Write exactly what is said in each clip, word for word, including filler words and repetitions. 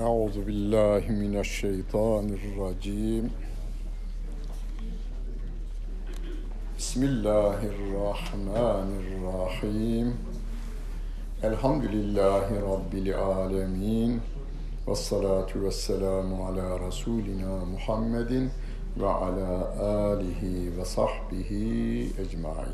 Euzu billahi mineşşeytanirracim. Bismillahirrahmanirrahim. Elhamdülillahi Rabbil alemin. Vessalatu vesselamu ala Resulina Muhammedin ve ala alihi ve sahbihi ecmaîn.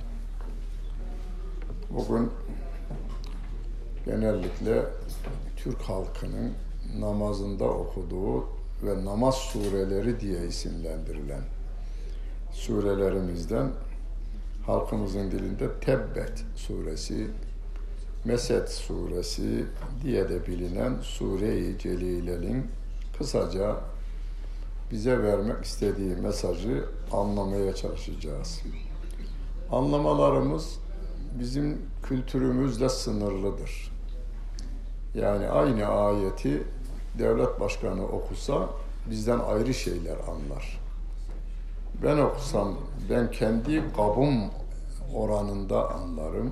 Bugün genellikle Türk halkının namazında okuduğu ve namaz sureleri diye isimlendirilen surelerimizden halkımızın dilinde Tebbet suresi, Mesed suresi diye de bilinen Sure-i Celile'nin kısaca bize vermek istediği mesajı anlamaya çalışacağız. Anlamalarımız bizim kültürümüzle sınırlıdır. Yani aynı ayeti devlet başkanı okusa bizden ayrı şeyler anlar. Ben okusam ben kendi kabım oranında anlarım.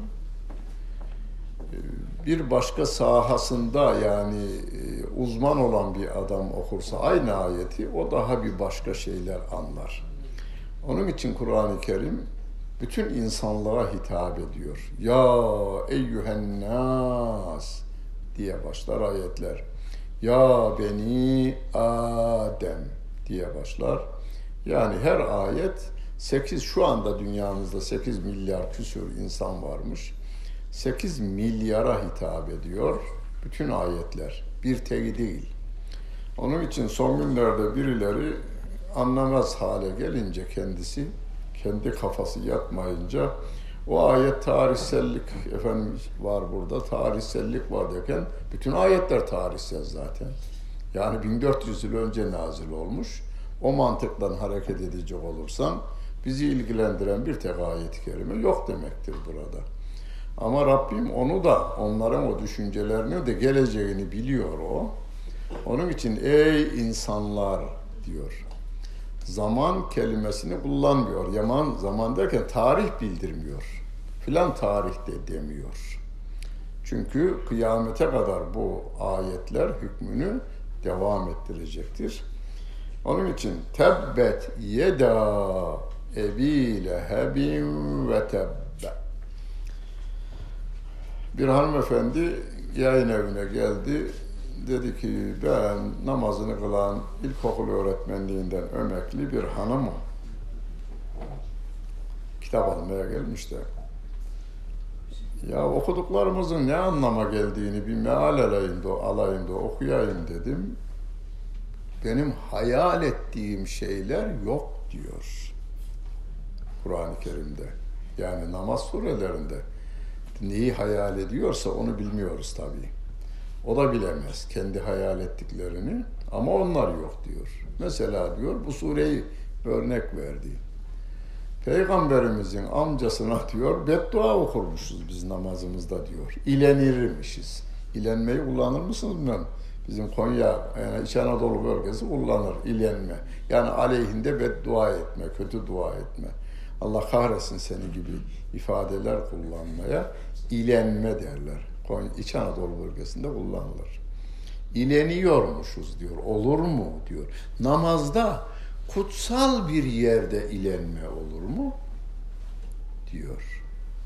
Bir başka sahasında yani uzman olan bir adam okursa aynı ayeti o daha bir başka şeyler anlar. Onun için Kur'an-ı Kerim bütün insanlığa hitap ediyor. Ya eyyühen nas diye başlar ayetler. Ya beni Adem diye başlar. Yani her ayet sekiz şu anda dünyamızda sekiz milyar küsur insan varmış. sekiz milyara hitap ediyor bütün ayetler. Bir teki değil. Onun için son günlerde birileri anlamaz hale gelince kendisi, kendi kafası yatmayınca o ayet tarihsellik efendim var burada, tarihsellik var derken bütün ayetler tarihsel zaten. Yani bin dört yüz yıl önce nazil olmuş. O mantıktan hareket edecek olursan bizi ilgilendiren bir tek ayet-i kerime yok demektir burada. Ama Rabbim onu da, onların o düşüncelerini de geleceğini biliyor o. Onun için ey insanlar diyor. Zaman kelimesini kullanmıyor. Yaman zaman derken tarih bildirmiyor. Filan tarihte demiyor. Çünkü kıyamete kadar bu ayetler hükmünü devam ettirecektir. Onun için tebbet yeda ebi lehebin ve tebbe. Bir hanımefendi yayın evine geldi. Dedi ki ben namazını kılan ilkokul öğretmenliğinden emekli bir hanımım. Kitap almaya gelmiş de. Ya okuduklarımızın ne anlama geldiğini bir meal alayım da, alayım da okuyayım dedim. Benim hayal ettiğim şeyler yok diyor Kur'an-ı Kerim'de. Yani namaz surelerinde. Neyi hayal ediyorsa onu bilmiyoruz tabii. O da bilemez kendi hayal ettiklerini ama onlar yok diyor. Mesela diyor bu sureyi örnek verdi. Peygamberimizin amcasına diyor beddua okurmuşuz biz namazımızda diyor. İlenirmişiz. İlenmeyi kullanır mısınız bilmem. Bizim Konya, yani İç Anadolu bölgesi kullanır ilenme. Yani aleyhinde beddua etme, kötü dua etme. Allah kahretsin seni gibi ifadeler kullanmaya ilenme derler. İç Anadolu bölgesinde kullanılır. İleniyormuşuz diyor. Olur mu diyor. Namazda kutsal bir yerde ilenme olur mu? Diyor.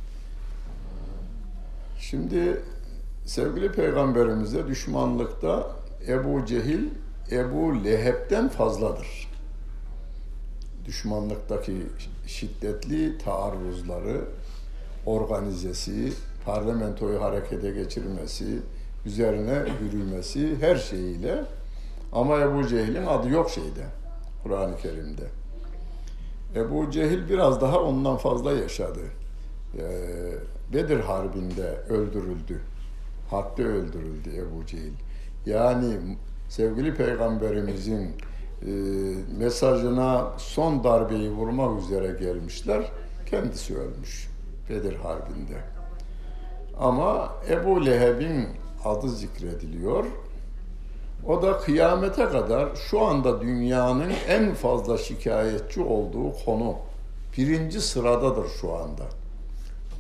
Şimdi sevgili Peygamberimize düşmanlıkta Ebu Cehil, Ebu Leheb'den fazladır. Düşmanlıktaki şiddetli taarruzları, organizesi, parlamentoyu harekete geçirmesi, üzerine yürümesi her şeyiyle ama Ebu Cehil'in adı yok şeyde, Kur'an-ı Kerim'de. Ebu Cehil biraz daha ondan fazla yaşadı. Ee, Bedir Harbi'nde öldürüldü. Harpte öldürüldü Ebu Cehil. Yani sevgili Peygamberimizin e, mesajına son darbeyi vurmak üzere gelmişler. Kendisi ölmüş Bedir Harbi'nde. Ama Ebu Leheb'in adı zikrediliyor. O da kıyamete kadar şu anda dünyanın en fazla şikayetçi olduğu konu. Birinci sıradadır şu anda.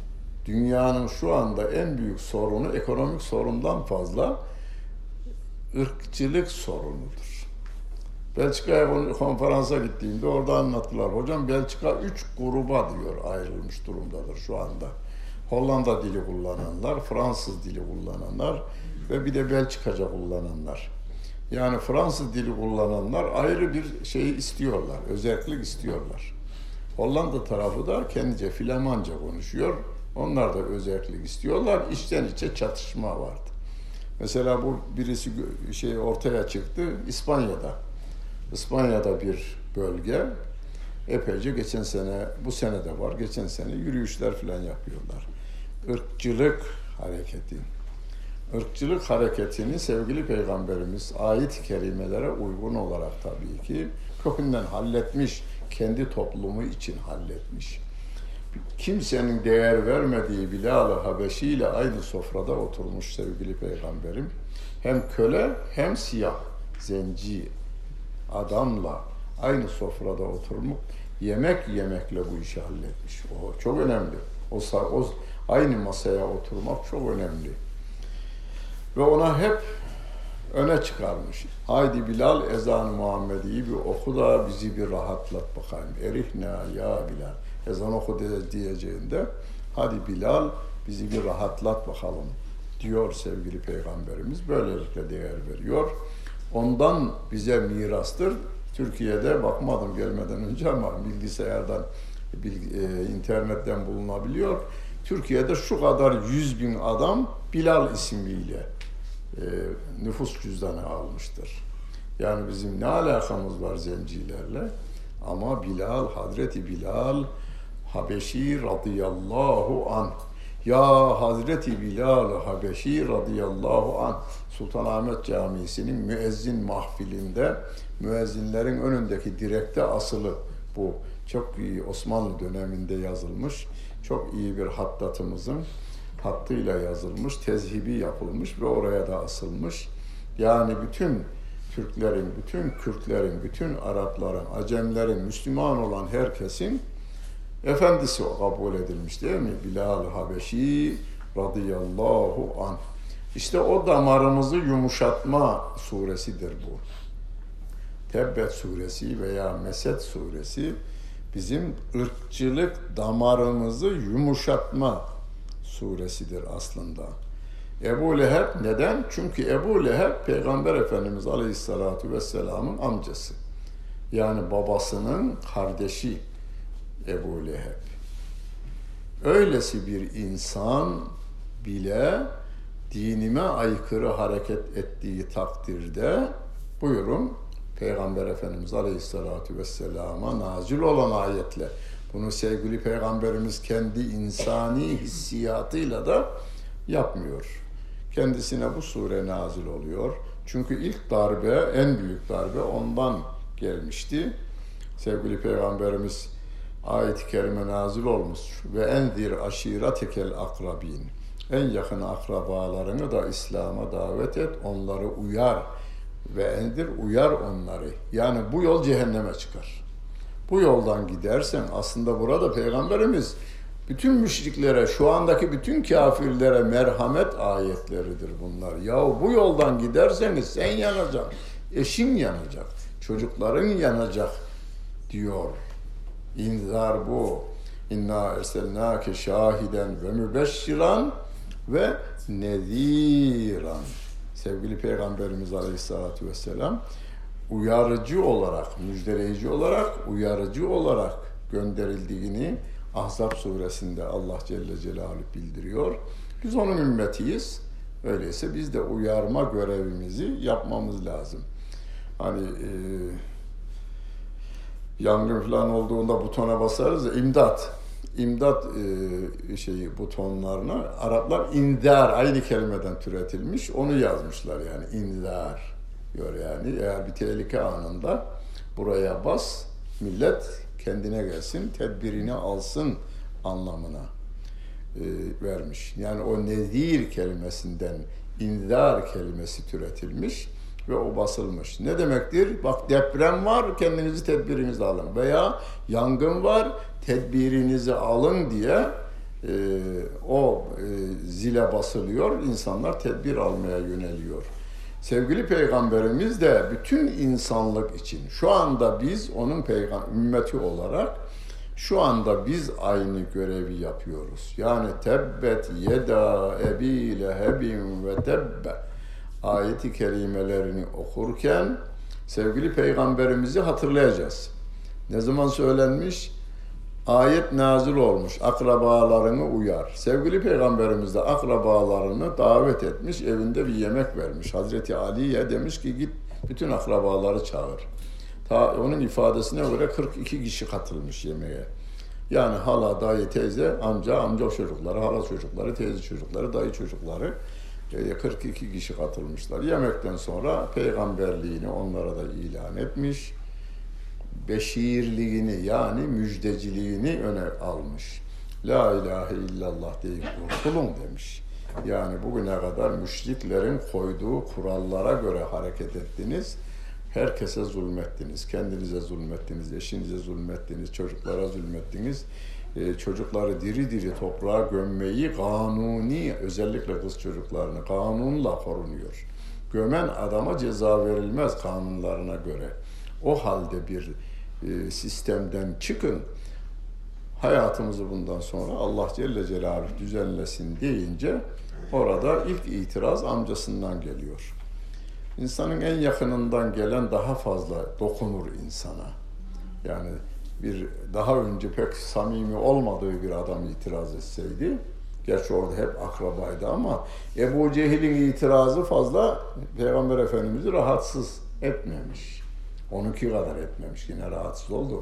Dünyanın şu anda en büyük sorunu ekonomik sorundan fazla ırkçılık sorunudur. Belçika'ya konferansa gittiğimde orada anlattılar. Hocam Belçika üç gruba diyor ayrılmış durumdadır şu anda. Hollanda dili kullananlar, Fransız dili kullananlar ve bir de Belçikaca kullananlar. Yani Fransız dili kullananlar ayrı bir şey istiyorlar, özellik istiyorlar. Hollanda tarafı da kendince Flamanca konuşuyor. Onlar da özellik istiyorlar. İçten içe çatışma vardı. Mesela bu birisi şey ortaya çıktı İspanya'da. İspanya'da bir bölge epeyce geçen sene, bu sene de var, geçen sene yürüyüşler falan yapıyorlar. Irkçılık hareketi. Irkçılık hareketini sevgili Peygamberimiz ayet-i kerimelere uygun olarak tabii ki kökünden halletmiş, kendi toplumu için halletmiş. Kimsenin değer vermediği Bilal-ı Habeşi ile aynı sofrada oturmuş sevgili Peygamberim. Hem köle hem siyah, zenci adamla aynı sofrada oturmuş, yemek yemekle bu işi halletmiş. O çok önemli. O, o aynı masaya oturmak çok önemli. Ve ona hep öne çıkarmış. Haydi Bilal ezan-ı Muhammedi'yi bir oku da bizi bir rahatlat bakayım. Erihna ya Bilal. Ezan oku diyeceğinde hadi Bilal bizi bir rahatlat bakalım diyor sevgili Peygamberimiz. Böylelikle değer veriyor. Ondan bize mirastır. Türkiye'de bakmadım gelmeden önce ama bilgisayardan, bilgi, e, internetten bulunabiliyor. Türkiye'de şu kadar yüz bin adam Bilal ismiyle e, nüfus cüzdanı almıştır. Yani bizim ne alakamız var zencilerle? Ama Bilal, Hazreti Bilal Habeşi radıyallahu anh. Ya Hazreti Bilal Habeşi radıyallahu anh. Sultanahmet Camisi'nin müezzin mahfilinde müezzinlerin önündeki direkte asılı bu. Çok iyi Osmanlı döneminde yazılmış. Çok iyi bir hattatımızın hattıyla yazılmış, tezhibi yapılmış ve oraya da asılmış. Yani bütün Türklerin, bütün Kürtlerin, bütün Arapların, Acemlerin, Müslüman olan herkesin efendisi kabul edilmiş değil mi? Bilal-ı Habeşi radıyallahu anh. İşte o damarımızı yumuşatma suresidir bu. Tebbet suresi veya Mesed suresi bizim ırkçılık damarımızı yumuşatma suresidir aslında. Ebu Leheb neden? Çünkü Ebu Leheb Peygamber Efendimiz Aleyhisselatü Vesselam'ın amcası. Yani babasının kardeşi Ebu Leheb. Öylesi bir insan bile dinime aykırı hareket ettiği takdirde buyurun Peygamber Efendimiz Aleyhisselatü Vesselam'a nazil olan ayetle bunu sevgili Peygamberimiz kendi insani hissiyatıyla da yapmıyor. Kendisine bu sure nazil oluyor. Çünkü ilk darbe, en büyük darbe ondan gelmişti. Sevgili Peygamberimiz ayet-i kerime nazil olmuş ve endir aşiretekel akrabin. En yakın akrabalarını da İslam'a davet et, onları uyar ve endir uyar onları. Yani bu yol cehenneme çıkar. Bu yoldan gidersen aslında burada Peygamberimiz bütün müşriklere, şu andaki bütün kafirlere merhamet ayetleridir bunlar. Yahu bu yoldan giderseniz sen yanacaksın, eşin yanacak, çocukların yanacak diyor. İnzar bu. İnna erselnâke şahiden ve mübeşşiran ve neziran. Sevgili Peygamberimiz Aleyhisselatü Vesselam uyarıcı olarak, müjdeleyici olarak, uyarıcı olarak gönderildiğini Ahzab suresinde Allah Celle Celaluhu bildiriyor. Biz onun ümmetiyiz. Öyleyse biz de uyarma görevimizi yapmamız lazım. Hani e, yangın falan olduğunda butona basarız ya, imdat. İmdat e, şeyi butonlarına Araplar indar aynı kelimeden türetilmiş. Onu yazmışlar yani indar diyor yani. Eğer bir tehlike anında buraya bas, millet kendine gelsin, tedbirini alsın anlamına e, vermiş. Yani o nezir kelimesinden indar kelimesi türetilmiş ve o basılmış. Ne demektir? Bak deprem var, kendinizi tedbirinizi alın. Veya yangın var, tedbirinizi alın diye e, o e, zile basılıyor. İnsanlar tedbir almaya yöneliyor. Sevgili Peygamberimiz de bütün insanlık için şu anda biz onun peygamber ümmeti olarak şu anda biz aynı görevi yapıyoruz. Yani tebbet yeda ebi lehebin ve tebbe ayeti kerimelerini okurken sevgili Peygamberimizi hatırlayacağız. Ne zaman söylenmiş? Ayet nazil olmuş. Akrabalarını uyar. Sevgili Peygamberimiz de akrabalarını davet etmiş, evinde bir yemek vermiş. Hazreti Ali'ye demiş ki git bütün akrabaları çağır. Ta onun ifadesine göre kırk iki kişi katılmış yemeğe. Yani hala, dayı, teyze, amca, amca çocukları, hala çocukları, teyze çocukları, dayı çocukları kırk iki kişi katılmışlar. Yemekten sonra peygamberliğini onlara da ilan etmiş. Beşirliğini yani müjdeciliğini öne almış. La ilahe illallah deyip kurtulun demiş. Yani bugüne kadar müşriklerin koyduğu kurallara göre hareket ettiniz. Herkese zulmettiniz. Kendinize zulmettiniz, eşinize zulmettiniz, çocuklara zulmettiniz. Ee, çocukları diri diri toprağa gömmeyi kanuni, özellikle kız çocuklarını kanunla korunuyor. Gömen adama ceza verilmez kanunlarına göre. O halde bir e, sistemden çıkın. Hayatımızı bundan sonra Allah Celle Celaluhu düzenlesin deyince orada ilk itiraz amcasından geliyor. İnsanın en yakınından gelen daha fazla dokunur insana. Yani bir daha önce pek samimi olmadığı bir adam itiraz etseydi, gerçi orada hep akrabaydı ama Ebu Cehil'in itirazı fazla Peygamber Efendimiz'i rahatsız etmemiş. Onunki kadar etmemiş, yine rahatsız oldu.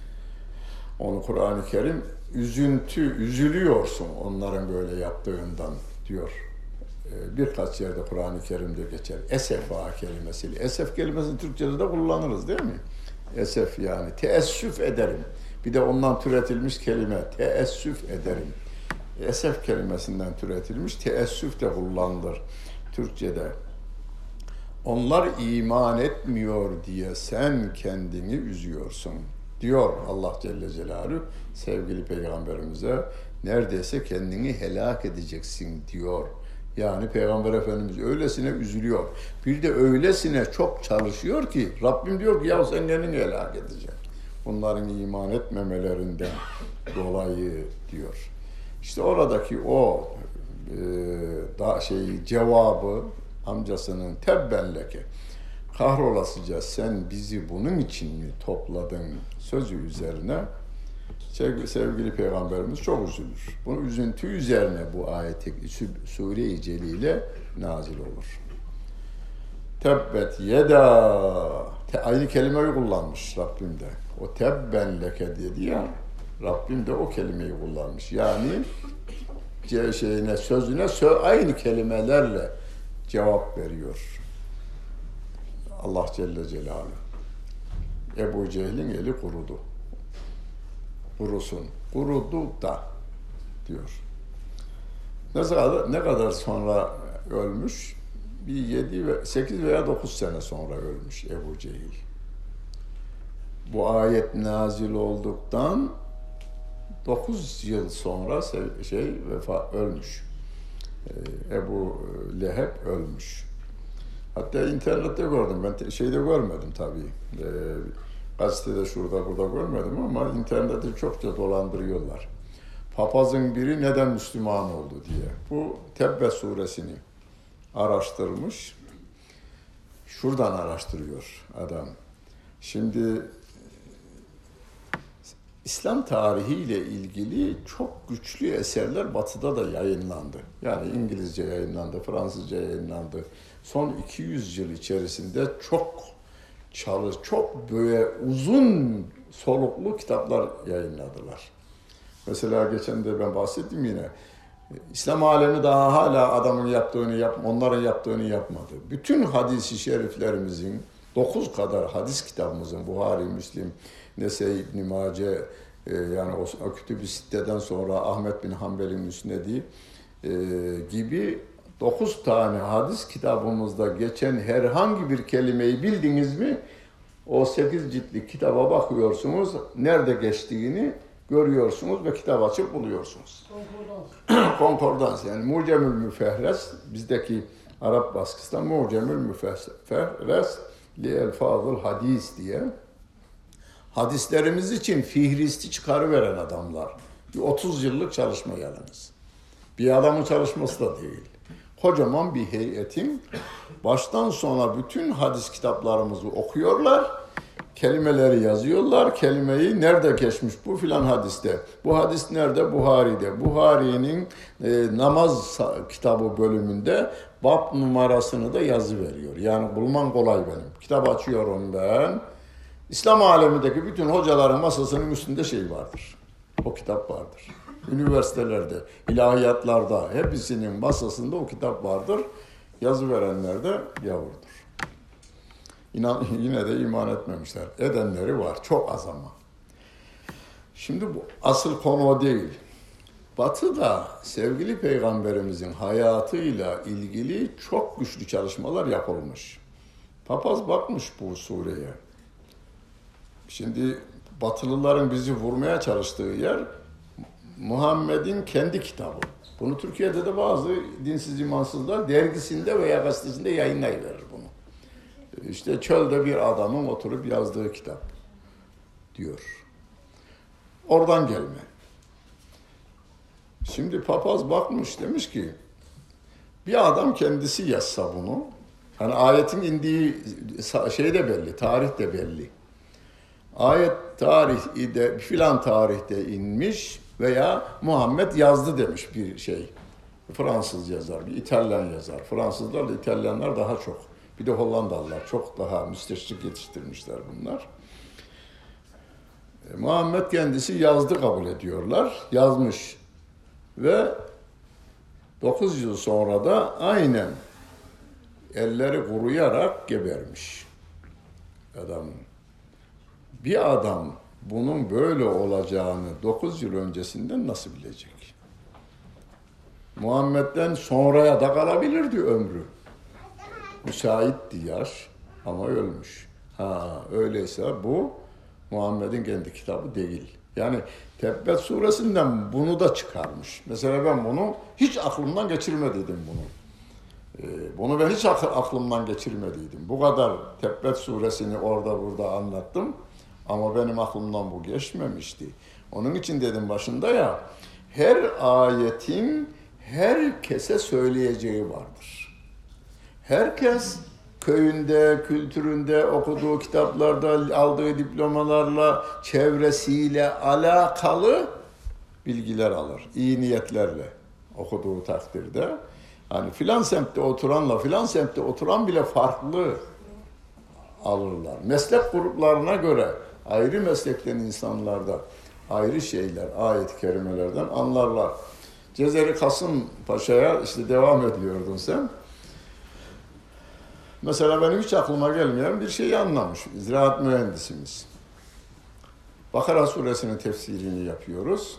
Onu Kur'an-ı Kerim üzüntü, üzülüyorsun onların böyle yaptığından diyor. Birkaç yerde Kur'an-ı Kerim'de geçer. Esefa kelimesiyle. Esef kelimesini Türkçe'de de kullanırız değil mi? Esef yani teessüf ederim. Bir de ondan türetilmiş kelime teessüf ederim. Esef kelimesinden türetilmiş teessüf de kullanılır Türkçe'de. Onlar iman etmiyor diye sen kendini üzüyorsun diyor Allah Celle Celaluhu sevgili Peygamberimize. Neredeyse kendini helak edeceksin diyor. Yani Peygamber Efendimiz öylesine üzülüyor. Bir de öylesine çok çalışıyor ki Rabbim diyor ki ya sen kendini helak edeceksin. Bunların iman etmemelerinden dolayı diyor. İşte oradaki o e, da şey cevabı amcasının tebbelleke kahrolasıca sen bizi bunun için mi topladın sözü üzerine sevgili Peygamberimiz çok üzülür. Bu üzüntü üzerine bu ayet-i Sure-i Celile nazil olur. Tebbet yeda aynı kelimeyi kullanmış Rabbim de. O tebben leke dedi ya Rabbim de o kelimeyi kullanmış. Yani şeyine sözüne sö aynı kelimelerle cevap veriyor. Allah Celle Celaluhu. Ebu Cehil'in eli kurudu. Kurusun. Kurudu da diyor. Ne kadar, ne kadar sonra ölmüş? Bir yedi, sekiz veya dokuz sene sonra ölmüş Ebu Cehil. Bu ayet nazil olduktan dokuz yıl sonra şey vefa ölmüş. Ebu Leheb ölmüş. Hatta internette gördüm. Ben şeyde görmedim tabii. Ee, gazetede şurada burada görmedim ama internette çokça dolandırıyorlar. Papazın biri neden Müslüman oldu diye. Bu Tebbe suresini araştırmış. Şuradan araştırıyor adam. Şimdi İslam tarihiyle ilgili çok güçlü eserler Batı'da da yayınlandı. Yani İngilizce yayınlandı, Fransızca yayınlandı. Son iki yüz yıl içerisinde çok çalış, çok böyle uzun soluklu kitaplar yayınladılar. Mesela geçen de ben bahsettim yine. İslam alemi daha hala adamın yaptığını yap, onların yaptığını yapmadı. Bütün hadis-i şeriflerimizin dokuz kadar hadis kitabımızın Buhari, Müslim, Nese-i İbn-i Mace e, yani o, o Kütüb-i Sitte'den sonra Ahmet bin Hanbel'in Müsnedi e, gibi dokuz tane hadis kitabımızda geçen herhangi bir kelimeyi bildiniz mi? O sekiz ciltlik kitaba bakıyorsunuz, nerede geçtiğini görüyorsunuz ve kitap açıp buluyorsunuz. Konkordans. Konkordans yani Mucemül Müfehres bizdeki Arap baskısında Mu'cemül Müfehres li Elfazıl Hadis diye hadislerimiz için fihristi çıkarıveren adamlar. Bir otuz yıllık çalışma yalnız. Bir adamın çalışması da değil. Kocaman bir heyetin baştan sona bütün hadis kitaplarımızı okuyorlar. Kelimeleri yazıyorlar. Kelimeyi nerede geçmiş bu filan hadiste. Bu hadis nerede? Buhari'de. Buhari'nin e, namaz kitabı bölümünde bab numarasını da yazı veriyor. Yani bulman kolay benim. Kitap açıyorum ben. İslam alemindeki bütün hocaların masasının üstünde şey vardır. O kitap vardır. Üniversitelerde, ilahiyatlarda hepsinin masasında o kitap vardır. Yazı verenler de gavurdur. İnan, yine de iman etmemişler. Edenleri var. Çok az ama. Şimdi bu asıl konu o değil. Batı'da sevgili Peygamberimizin hayatıyla ilgili çok güçlü çalışmalar yapılmış. Papaz bakmış bu sureye. Şimdi Batılıların bizi vurmaya çalıştığı yer Muhammed'in kendi kitabı. Bunu Türkiye'de de bazı dinsiz imansızlar dergisinde veya gazetesinde yayınlayıverir bunu. İşte çölde bir adamın oturup yazdığı kitap diyor. Oradan gelme. Şimdi papaz bakmış demiş ki bir adam kendisi yazsa bunu. Hani ayetin indiği şey de belli, tarih de belli. Ayet tarihde filan tarihte inmiş veya Muhammed yazdı demiş bir şey. Fransız yazar, bir İtalyan yazar. Fransızlarla İtalyanlar daha çok. Bir de Hollandalılar çok daha müsteşrik yetiştirmişler bunlar. E, Muhammed kendisi yazdı kabul ediyorlar. Yazmış. Ve dokuz yıl sonra da aynen elleri kuruyarak gebermiş adamın. Bir adam bunun böyle olacağını dokuz yıl öncesinden nasıl bilecek? Muhammed'den sonraya da kalabilirdi ömrü. Müsaitti yaş ama ölmüş. Ha öyleyse bu Muhammed'in kendi kitabı değil. Yani Tebbet suresinden bunu da çıkarmış. Mesela ben bunu hiç aklımdan geçirmediydim bunu. Ee, bunu ben hiç aklımdan geçirmediydim. Bu kadar Tebbet suresini orada burada anlattım. Ama benim aklımdan bu geçmemişti. Onun için dedim başında ya, her ayetin herkese söyleyeceği vardır. Herkes köyünde, kültüründe, okuduğu kitaplarda, aldığı diplomalarla, çevresiyle alakalı bilgiler alır. İyi niyetlerle okuduğu takdirde. Hani filan semtte oturanla filan semtte oturan bile farklı alırlar. Meslek gruplarına göre ayrı meslekten insanlarda ayrı şeyler, ayet-i kerimelerden anlarlar. Cezeri Kasım Paşa'ya işte devam ediyordun sen. Mesela benim hiç aklıma gelmeyen bir şeyi anlamış. Ziraat mühendisimiz. Bakara suresinin tefsirini yapıyoruz.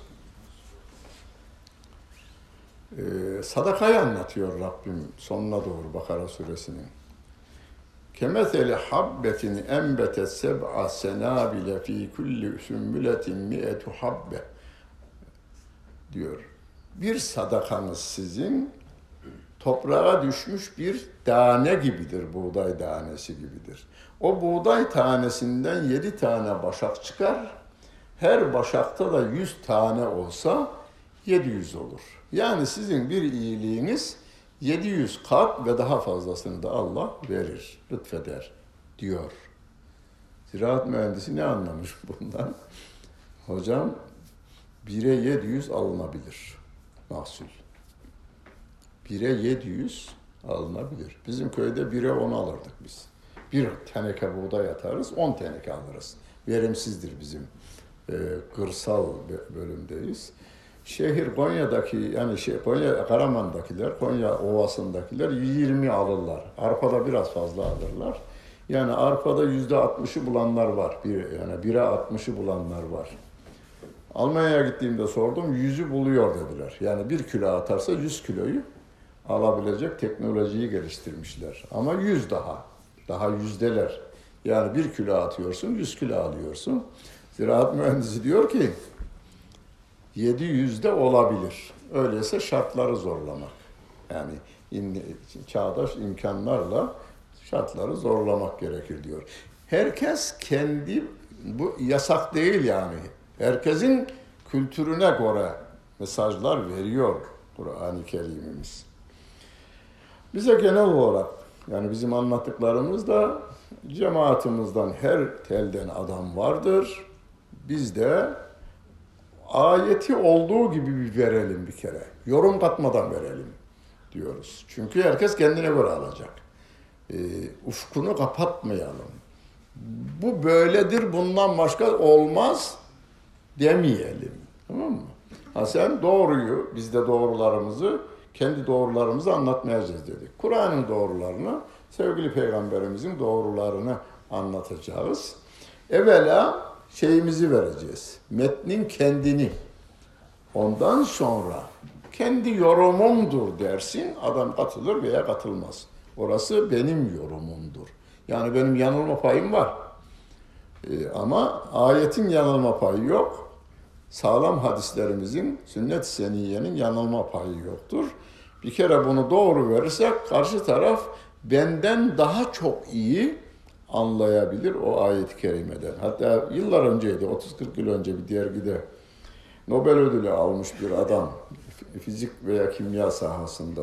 Ee, sadakayı anlatıyor Rabbim sonuna doğru Bakara suresinin. Kemetheli habbetin enbetet seb'a senabile fi kulli sümbületin mi'etu habbe diyor. Bir sadakanız sizin toprağa düşmüş bir tane gibidir, buğday tanesi gibidir. O buğday tanesinden yedi tane başak çıkar. Her başakta da yüz tane olsa yedi yüz olur. Yani sizin bir iyiliğiniz yedi yüz kat ve daha fazlasını da Allah verir, lütfeder diyor. Ziraat mühendisi ne anlamış bundan? Hocam bire yedi yüz alınabilir mahsul. Bire yedi yüz alınabilir. Bizim köyde bire on alırdık biz. Bir teneke buğday atarız, on teneke alırız. Verimsizdir bizim. Ee, kırsal bölümdeyiz. Şehir Konya'daki yani şey Konya Karaman'dakiler, Konya Ovası'ndakiler yirmi alırlar. Arpada biraz fazla alırlar. Yani arpada yüzde altmışı bulanlar var. Bir, yani bire altmışı bulanlar var. Almanya'ya gittiğimde sordum, yüzü buluyor dediler. Yani bir kilo atarsa yüz kiloyu alabilecek teknolojiyi geliştirmişler. Ama yüz daha. Daha yüzdeler. Yani bir kilo atıyorsun, yüz kilo alıyorsun. Ziraat mühendisi diyor ki yedi yüzde olabilir. Öyleyse şartları zorlamak. Yani çağdaş imkanlarla şartları zorlamak gerekir diyor. Herkes kendi, bu yasak değil yani. Herkesin kültürüne göre mesajlar veriyor Kur'an-ı Kerim'imiz. Bize genel olarak, yani bizim anlattıklarımızda cemaatimizden her telden adam vardır. Biz de ayeti olduğu gibi bir verelim bir kere. Yorum katmadan verelim diyoruz. Çünkü herkes kendine göre alacak. E, ufkunu kapatmayalım. Bu böyledir, bundan başka olmaz demeyelim. Tamam mı? Ha sen doğruyu, biz de doğrularımızı, kendi doğrularımızı anlatmayacağız dedik. Kur'an'ın doğrularını, sevgili Peygamberimizin doğrularını anlatacağız. Evvela şeyimizi vereceğiz. Metnin kendini. Ondan sonra kendi yorumumdur dersin, adam katılır veya katılmaz. Orası benim yorumumdur. Yani benim yanılma payım var. Ee, ama ayetin yanılma payı yok. Sağlam hadislerimizin, sünnet-i seniyyenin yanılma payı yoktur. Bir kere bunu doğru verirsek karşı taraf benden daha çok iyi anlayabilir o ayet-i kerimeden. Hatta yıllar önceydi, otuz kırk yıl önce bir dergide Nobel ödülü almış bir adam, fizik veya kimya sahasında.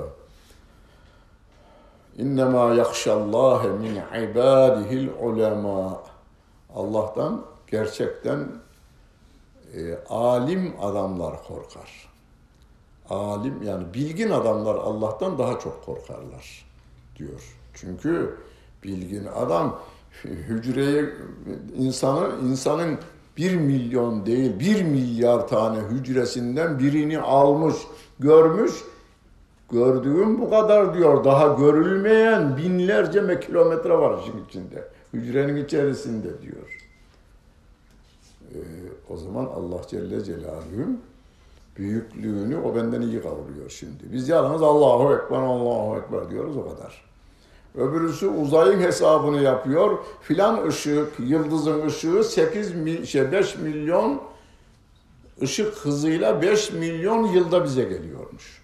İnnemâ yakşallâhe min ibâdihil ulemâ. Allah'tan gerçekten e, alim adamlar korkar. Alim yani bilgin adamlar Allah'tan daha çok korkarlar diyor. Çünkü bilgin adam hücreye insanı insanın bir milyon değil bir milyar tane hücresinden birini almış, görmüş. Gördüğüm bu kadar diyor. Daha görülmeyen binlerce kilometre var işin içinde. Hücrenin içerisinde diyor. Ee, o zaman Allah Celle Celaluhu'nun büyüklüğünü o benden iyi kavruyor şimdi. Biz yalnız Allahu Ekber, Allahu Ekber diyoruz o kadar. Öbürüsü uzayın hesabını yapıyor. Filan ışık, yıldızın ışığı sekiz şey beş milyon ışık hızıyla beş milyon yılda bize geliyormuş.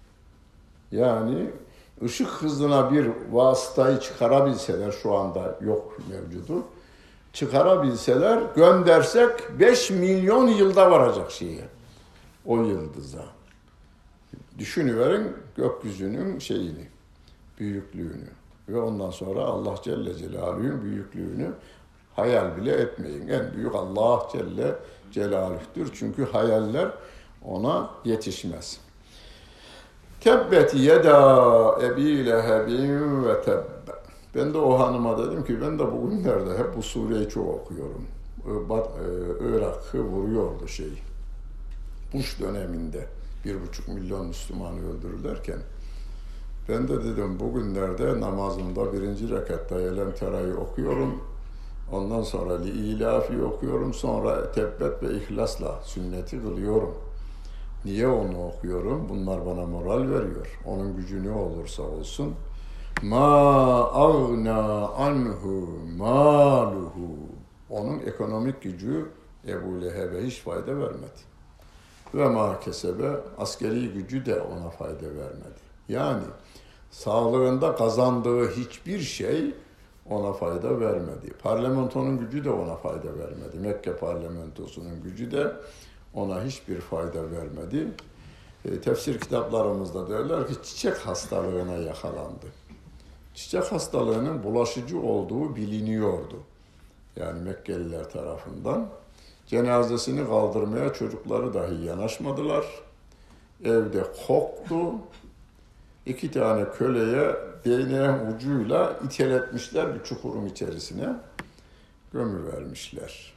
Yani ışık hızına bir vasıtayı çıkarabilseler, şu anda yok mevcudu, çıkarabilseler, göndersek beş milyon yılda varacak şeye, o yıldıza. Düşünüverin gökyüzünün şeyini, büyüklüğünü ve ondan sonra Allah Celle Celaluhu'nun büyüklüğünü hayal bile etmeyin. En büyük Allah Celle Celaluhu'dur. Çünkü hayaller ona yetişmez. Tebbet yeda Ebi Lehebin ve tebbe. Ben de o hanıma dedim ki ben de bugünlerde hep bu sureyi çok okuyorum. Irak'ı vuruyordu şey. Bush döneminde bir buçuk milyon Müslümanı öldürürlerken ben de dedim bugünlerde namazımda birinci rekatta Elem Tera'yı okuyorum. Ondan sonra Li-İlafi okuyorum. Sonra Tebbet ve İhlas'la sünneti kılıyorum. Niye onu okuyorum? Bunlar bana moral veriyor. Onun gücü ne olursa olsun. Ma agna anhu maluhu. Onun ekonomik gücü Ebu Leheb'e hiç fayda vermedi. Ve ma kesebe askeri gücü de ona fayda vermedi. Yani sağlığında kazandığı hiçbir şey ona fayda vermedi. Parlamentonun gücü de ona fayda vermedi. Mekke parlamentosunun gücü de ona hiçbir fayda vermedi. E, tefsir kitaplarımızda derler ki çiçek hastalığına yakalandı. Çiçek hastalığının bulaşıcı olduğu biliniyordu. Yani Mekkeliler tarafından. Cenazesini kaldırmaya çocukları dahi yanaşmadılar. Evde koktu. İki tane köleye değneğin ucuyla iteletmişler bir çukurun içerisine. Gömüvermişler.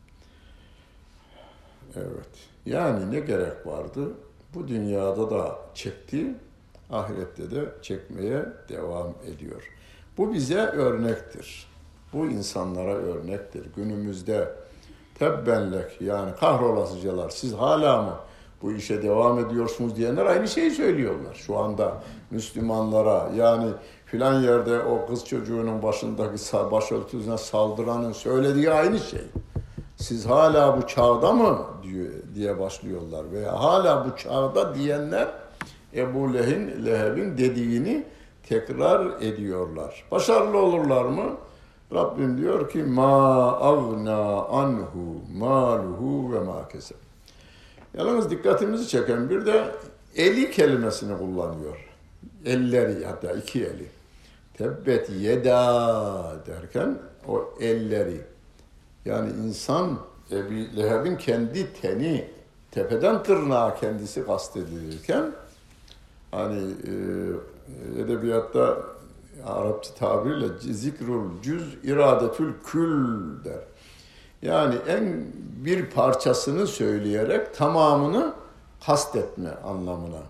Evet. Yani ne gerek vardı? Bu dünyada da çekti, ahirette de çekmeye devam ediyor. Bu bize örnektir. Bu insanlara örnektir. Günümüzde tebbenlek yani kahrolasıcalar siz hala mı bu işe devam ediyorsunuz diyenler aynı şeyi söylüyorlar. Şu anda Müslümanlara yani filan yerde o kız çocuğunun başındaki başörtüsüne saldıranın söylediği aynı şey. Siz hala bu çağda mı diyor, diye başlıyorlar veya hala bu çağda diyenler Ebu Leheb'in, Leheb'in dediğini tekrar ediyorlar. Başarılı olurlar mı? Rabbim diyor ki ma agna anhu maluhu ve ma keseb. Yalnız dikkatimizi çeken bir de eli kelimesini kullanıyor. Elleri, hatta iki eli. Tebbet yeda derken o elleri. Yani insan Ebu Leheb'in kendi teni, tepeden tırnağa kendisi kastedilirken hani e, edebiyatta Arapça tabirle zikrul cüz iradetül kül der. Yani en bir parçasını söyleyerek tamamını kastetme anlamına.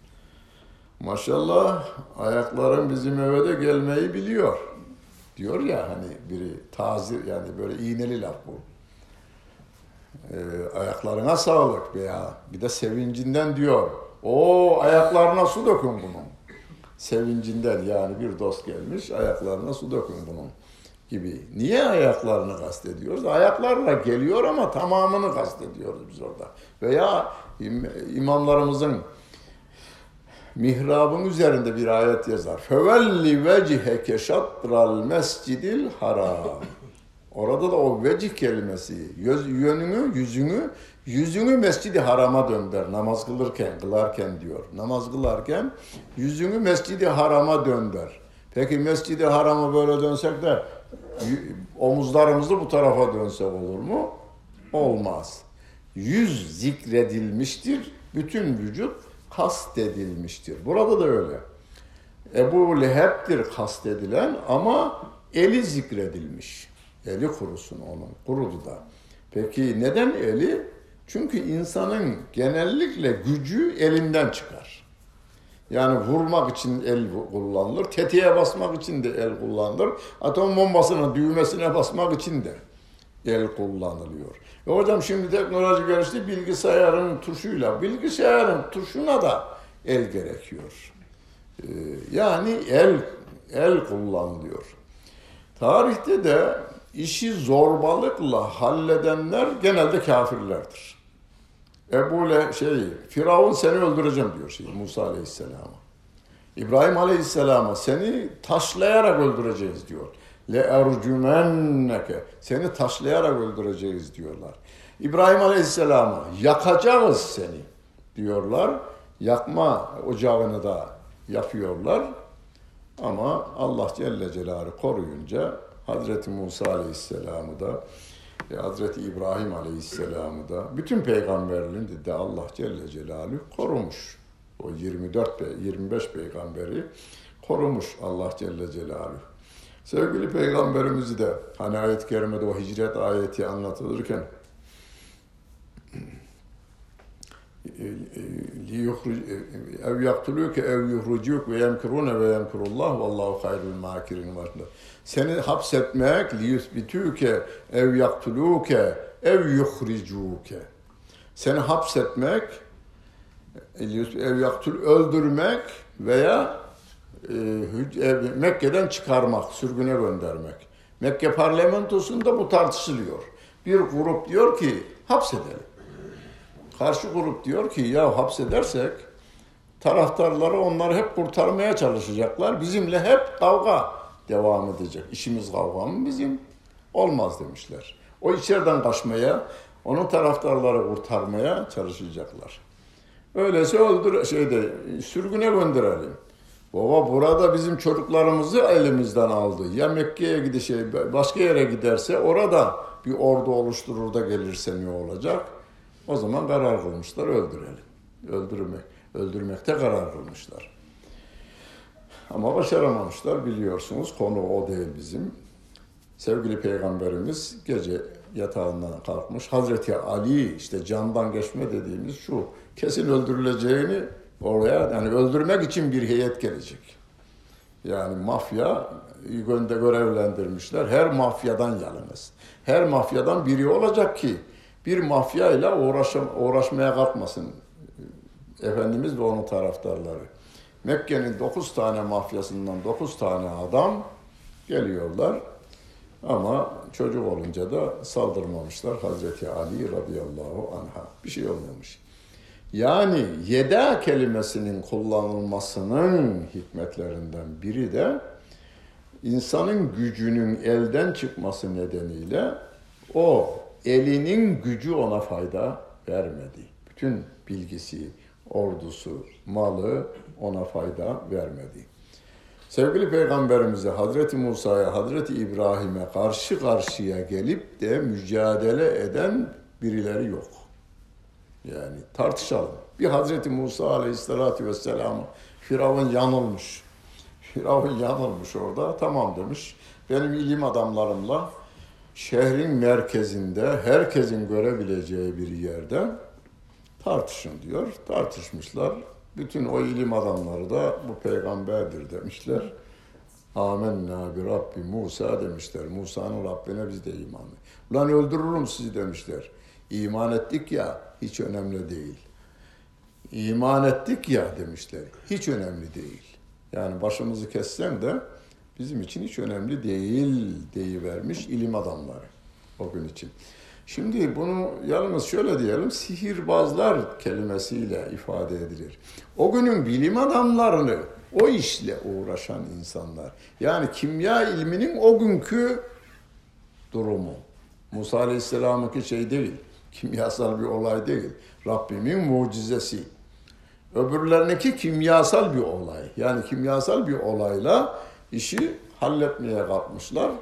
Maşallah ayakların bizim eve de gelmeyi biliyor. Diyor ya hani biri tazir, yani böyle iğneli laf bu. Ee, ayaklarına sağlık veya bir de sevincinden diyor. O ayaklarına su dökün bunun. Sevincinden, yani bir dost gelmiş ayaklarına su dökün bunun gibi. Niye ayaklarını kastediyoruz? Ayaklarla geliyor ama tamamını kastediyoruz biz orada. Veya im- imamlarımızın mihrabın üzerinde bir ayet yazar. Fevelli veciheke şatral mescidil haram. Orada da o vecih kelimesi, göz, yönünü, yüzünü, yüzünü mescidi harama dönder. Namaz kılırken, kılarken diyor. Namaz kılarken yüzünü mescidi harama dönder. Peki mescidi harama böyle dönsek de omuzlarımızı bu tarafa dönsek olur mu? Olmaz. Yüz zikredilmiştir, bütün vücut kastedilmiştir. Burada da öyle. Ebu Leheb'dir kastedilen ama eli zikredilmiş. Eli kurusun onun, kurudu da. Peki neden eli? Çünkü insanın genellikle gücü elinden çıkar. Yani vurmak için el kullanılır, tetiğe basmak için de el kullanılır, atom bombasına, düğmesine basmak için de el kullanılıyor. E hocam şimdi teknoloji gelişti, bilgisayarın tuşuyla, bilgisayarın tuşuna da el gerekiyor. Ee, yani el, el kullanılıyor. Tarihte de işi zorbalıkla halledenler genelde kafirlerdir. Ebu Le, şey, Firavun seni öldüreceğim diyor şey, Musa Aleyhisselam'a. İbrahim Aleyhisselam'a seni taşlayarak öldüreceğiz diyor. Le ercümenneke, seni taşlayarak öldüreceğiz diyorlar. İbrahim Aleyhisselam'a yakacağız seni diyorlar. Yakma ocağını da yapıyorlar. Ama Allah Celle Celaluhu koruyunca Hazreti Musa Aleyhisselam'ı da ve Hazreti İbrahim Aleyhisselam'ı da bütün peygamberliğini de Allah Celle Celaluhu korumuş. O yirmi dört yirmi beş peygamberi korumuş Allah Celle Celaluhu. Sevgili peygamberimizi de hani ayet-i kerimede o hicret ayeti anlatılırken ev yaktuluke ev yuhrucuk ve yemkurune ve yemkurullah vallahu hayrul makirin vardı. Seni hapsetmek liyusbituke ev yaktuluke ev yuhricuke. Seni hapsetmek, ev yaktul öldürmek veya e, Mekke'den çıkarmak, sürgüne göndermek. Mekke parlamentosunda bu tartışılıyor. Bir grup diyor ki hapsedelim. Karşı grup diyor ki ya hapsedersek taraftarları onları hep kurtarmaya çalışacaklar. Bizimle hep kavga devam edecek. İşimiz kavga mı bizim? Olmaz demişler. O içeriden kaçmaya, onun taraftarları kurtarmaya çalışacaklar. Öyleyse öldür şeyde sürgüne gönderelim. Baba burada bizim çocuklarımızı elimizden aldı. Ya Mekke'ye gidecek, başka yere giderse orada bir ordu oluşturur da gelirse ne olacak? O zaman karar kılmışlar, öldürelim. Öldürmek, öldürmekte karar kılmışlar. Ama başaramamışlar, biliyorsunuz. Konu o değil bizim. Sevgili Peygamberimiz gece yatağından kalkmış. Hazreti Ali, işte candan geçme dediğimiz şu, kesin öldürüleceğini oraya, yani öldürmek için bir heyet gelecek. Yani mafya gönde görevlendirmişler. Her mafyadan yalnız. Her mafyadan biri olacak ki bir mafya ile uğraşmaya kalkmasın Efendimiz ve onun taraftarları. Mekke'nin dokuz tane mafyasından dokuz tane adam geliyorlar. Ama çocuk olunca da saldırmamışlar Hazreti Ali radıyallahu anh'a. Bir şey olmamış. Yani yeda kelimesinin kullanılmasının hikmetlerinden biri de insanın gücünün elden çıkması nedeniyle o elinin gücü ona fayda vermedi. Bütün bilgisi, ordusu, malı ona fayda vermedi. Sevgili Peygamberimize, Hazreti Musa'ya, Hazreti İbrahim'e karşı karşıya gelip de mücadele eden birileri yok. Yani tartışalım. Bir Hazreti Musa Aleyhisselatü Vesselam'ı Firavun yanılmış. Firavun yanılmış orada. Tamam demiş. Benim ilim adamlarımla şehrin merkezinde herkesin görebileceği bir yerde tartışın diyor. Tartışmışlar. Bütün o ilim adamları da bu peygamberdir demişler. Amenna bi Rabbi Musa demişler. Musa'nın Rabbine biz de iman. Ulan öldürürüm sizi demişler. İman ettik ya hiç önemli değil. İman ettik ya demişler. Hiç önemli değil. Yani başımızı kessen de bizim için hiç önemli değil deyivermiş ilim adamları o gün için. Şimdi bunu yalnız şöyle diyelim, sihirbazlar kelimesiyle ifade edilir. O günün bilim adamlarını, o işle uğraşan insanlar. Yani kimya ilminin o günkü durumu. Musa Aleyhisselam'ınki şey değil, kimyasal bir olay değil. Rabbimin mucizesi. Öbürlerinki kimyasal bir olay. Yani kimyasal bir olayla işi halletmeye kalkmışlar.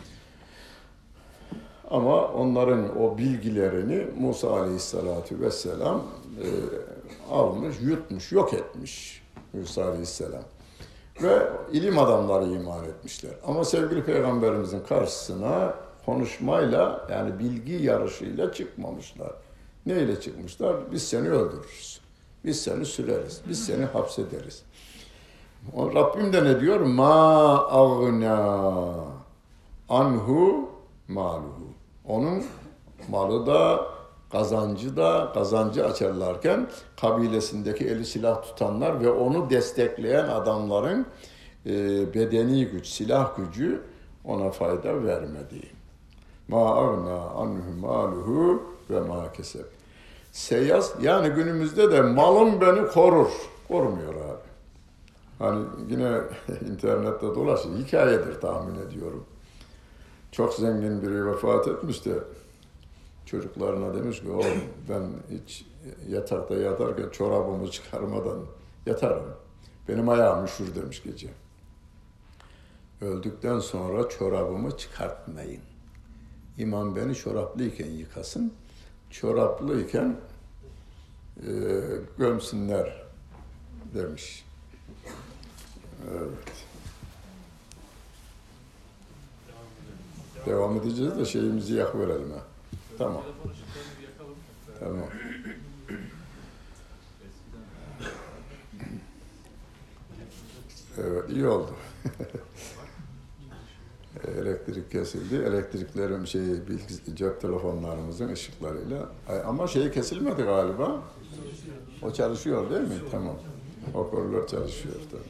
Ama onların o bilgilerini Musa Aleyhisselatü Vesselam e, almış, yutmuş, yok etmiş Musa Aleyhisselam. Ve ilim adamları iman etmişler. Ama sevgili Peygamberimizin karşısına konuşmayla, yani bilgi yarışıyla çıkmamışlar. Neyle çıkmışlar? Biz seni öldürürüz. Biz seni süreriz. Biz seni hapsederiz. O Rabbim de ne diyor? Ma ağna anhu maluhu. Onun malı da, kazancı da, kazancı açarlarken kabilesindeki eli silah tutanlar ve onu destekleyen adamların e, bedeni güç, silah gücü ona fayda vermedi. Ma ağna anhu maluhu ve ma keseb. Seyyaz, yani günümüzde de malım beni korur. Korumuyor abi. Hani yine internette dolaşıyor. Hikayedir tahmin ediyorum. Çok zengin biri vefat etmiş de çocuklarına demiş ki oğlum ben hiç yatakta yatarken çorabımı çıkarmadan yatarım. Benim ayağım üşür demiş gece. Öldükten sonra çorabımı çıkartmayın. İmam beni çoraplıyken yıkasın. Çoraplıyken e, gömsünler demiş. Evet. Devam edeceğiz de şeyimizi yakıverelim ha. Tamam. Tamam. Evet, iyi oldu. Elektrik kesildi. Elektriklerin şeyi, cep telefonlarımızın ışıklarıyla. Ama şey kesilmedi galiba. O çalışıyor değil mi? Tamam. Hoparlör çalışıyor tabii.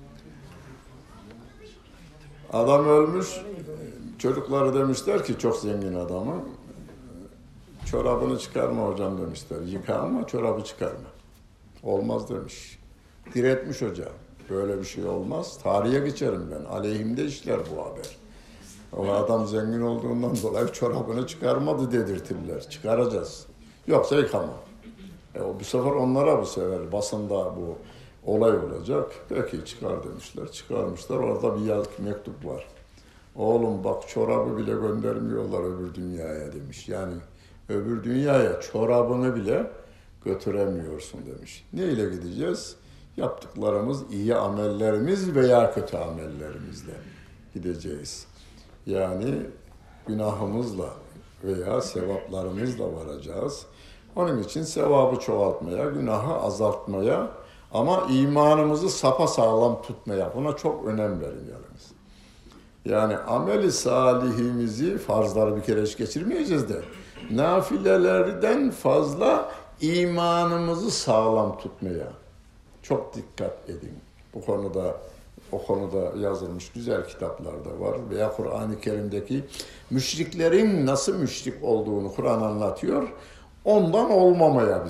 Adam ölmüş. Çocukları demişler ki çok zengin adamı. Çorabını çıkarma hocam demişler. Yıka ama çorabı çıkarma. Olmaz demiş. Diretmiş hocam. Böyle bir şey olmaz. Tarihe geçerim ben. Aleyhimde işler bu haber. O adam zengin olduğundan dolayı çorabını çıkarmadı dedirtirler. Çıkaracağız. Yoksa yıkama. E, bu sefer onlara bu sefer basında bu olay olacak. Peki çıkar demişler. Çıkarmışlar. Orada bir yazık mektup var. Oğlum bak çorabı bile göndermiyorlar öbür dünyaya demiş. Yani öbür dünyaya çorabını bile götüremiyorsun demiş. Neyle gideceğiz? Yaptıklarımız iyi amellerimiz veya kötü amellerimizle gideceğiz. Yani günahımızla veya sevaplarımızla varacağız. Onun için sevabı çoğaltmaya, günahı azaltmaya ama imanımızı sapasağlam tutmaya, buna çok önem verin yalnız. Yani ameli salihimizi, farzları bir kere hiç geçirmeyeceğiz de, nafilelerden fazla imanımızı sağlam tutmaya çok dikkat edin. Bu konuda, o konuda yazılmış güzel kitaplar da var. Veya Kur'an-ı Kerim'deki müşriklerin nasıl müşrik olduğunu Kur'an anlatıyor. Ondan olmamaya biz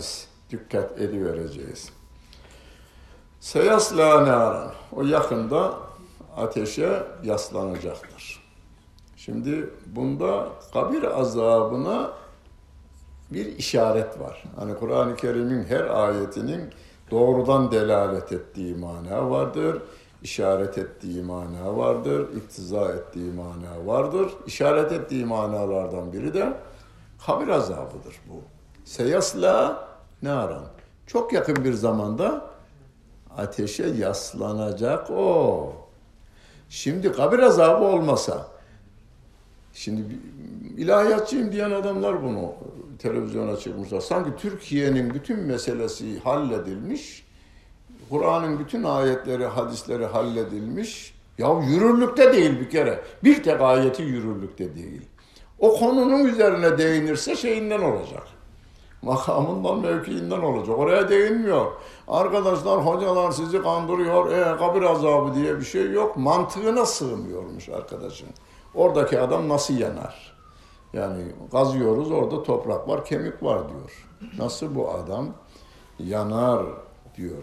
dikkat edivereceğiz. Seyasla naran. O yakında ateşe yaslanacaktır. Şimdi bunda kabir azabına bir işaret var. Hani Kur'an-ı Kerim'in her ayetinin doğrudan delalet ettiği mana vardır, işaret ettiği mana vardır, iktiza ettiği mana vardır. İşaret ettiği manalardan biri de kabir azabıdır bu. Seyasla naran. Çok yakın bir zamanda ateşe yaslanacak o. Şimdi kabir azabı olmasa, şimdi ilahiyatçıyım diyen adamlar bunu televizyona çıkmışlar. Sanki Türkiye'nin bütün meselesi halledilmiş, Kur'an'ın bütün ayetleri, hadisleri halledilmiş. Ya yürürlükte değil bir kere. Bir tek ayeti yürürlükte değil. O konunun üzerine değinirse şeyinden olacak. Makamından, mevkiinden olacak. Oraya değinmiyor. Arkadaşlar, hocalar sizi kandırıyor. E, kabir azabı diye bir şey yok. Mantığına sığmıyormuş arkadaşın. Oradaki adam nasıl yanar? Yani kazıyoruz, orada toprak var, kemik var diyor. Nasıl bu adam yanar diyor.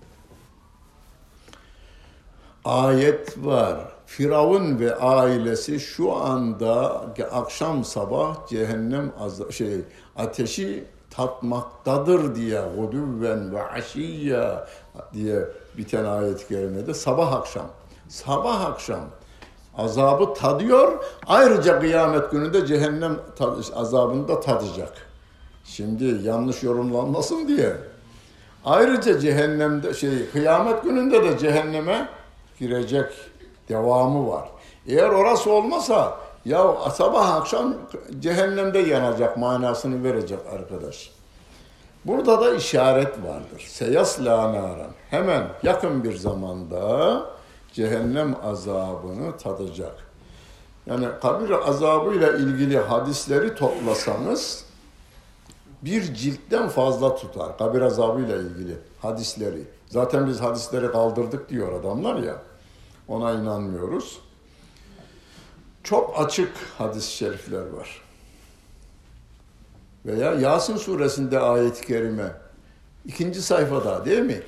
Ayet var. Firavun ve ailesi şu anda akşam sabah cehennem şey ateşi tatmaktadır diye gudüven ve aşiyya diye biten ayet-i kerimede sabah akşam sabah akşam azabı tadıyor. Ayrıca kıyamet gününde cehennem azabını da tadacak. Şimdi yanlış yorumlanmasın diye. Ayrıca cehennemde şey kıyamet gününde de cehenneme girecek, devamı var. Eğer orası olmasa ya sabah akşam cehennemde yanacak manasını verecek arkadaş. Burada da işaret vardır. Seyasla naran. Hemen yakın bir zamanda cehennem azabını tadacak. Yani kabir azabıyla ilgili hadisleri toplasanız bir ciltten fazla tutar. Kabir azabıyla ilgili hadisleri. Zaten biz hadisleri kaldırdık diyor adamlar ya. Ona inanmıyoruz. Çok açık hadis-i şerifler var. Veya Yasin suresinde ayet-i kerime ikinci sayfada değil mi?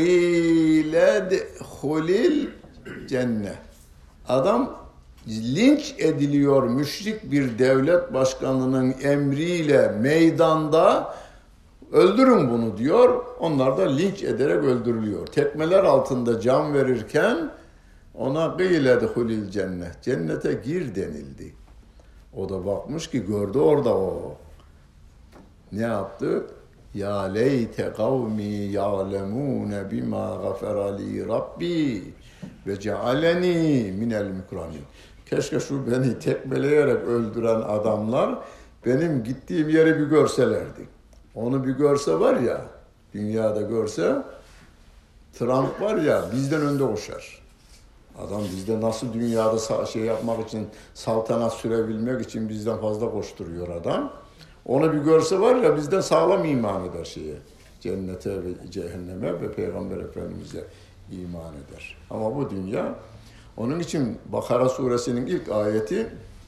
Qîle dehulil cennet. Adam linç ediliyor müşrik bir devlet başkanının emriyle meydanda, öldürün bunu diyor. Onlar da linç ederek öldürülüyor. Tekmeler altında can verirken ona qîle dehulil cennet. Cennete gir denildi. O da bakmış ki gördü orada o. Ne yaptı? Ya leyte kavmi ya'lemûne bima gafera li rabbi ve cealeni minel mukramin. Keşke şu beni tekmeleyerek öldüren adamlar benim gittiğim yeri bir görselerdi. Onu bir görse var ya, dünyada görse, Trump var ya bizden önde koşar. Adam bizde nasıl dünyada şey yapmak için, saltanat sürebilmek için bizden fazla koşturuyor adam. Onu bir görse var ya bizden sağlam iman eder şeye. Cennete ve cehenneme ve Peygamber Efendimiz'e iman eder. Ama bu dünya, onun için Bakara suresinin ilk ayeti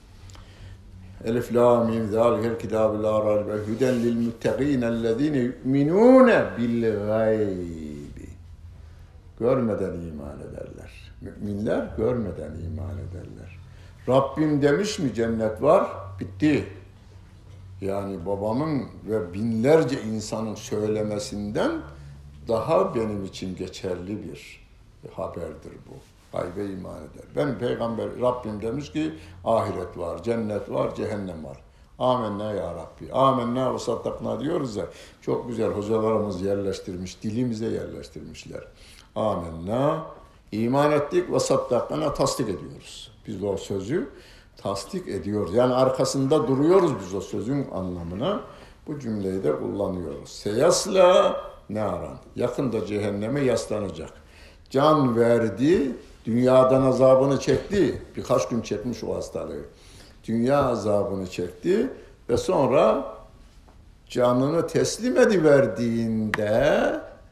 Elif la mim zâlikel kitâbü lâ râibe huden lil muttegînellezîne yu'minûne bil gaybi. Görmeden iman ederler. Müminler görmeden iman ederler. Rabbim demiş mi cennet var? Bitti. Yani babamın ve binlerce insanın söylemesinden daha benim için geçerli bir haberdir bu. Gaybe iman eder. Ben Peygamber Rabbim demiş ki ahiret var, cennet var, cehennem var. Amenna ya Rabbi. Amenna ve saddakna diyoruz ya. Çok güzel hocalarımız yerleştirmiş, dilimize yerleştirmişler. Amenna, iman ettik ve saddakna tasdik ediyoruz. Biz o sözü tasdik ediyoruz. Yani arkasında duruyoruz biz o sözün anlamına. Bu cümleyi de kullanıyoruz. Seyasla naran. Yakında cehenneme yaslanacak. Can verdi, dünyadan azabını çekti. Birkaç gün çekmiş o hastalığı. Dünya azabını çekti ve sonra canını teslim ediverdiğinde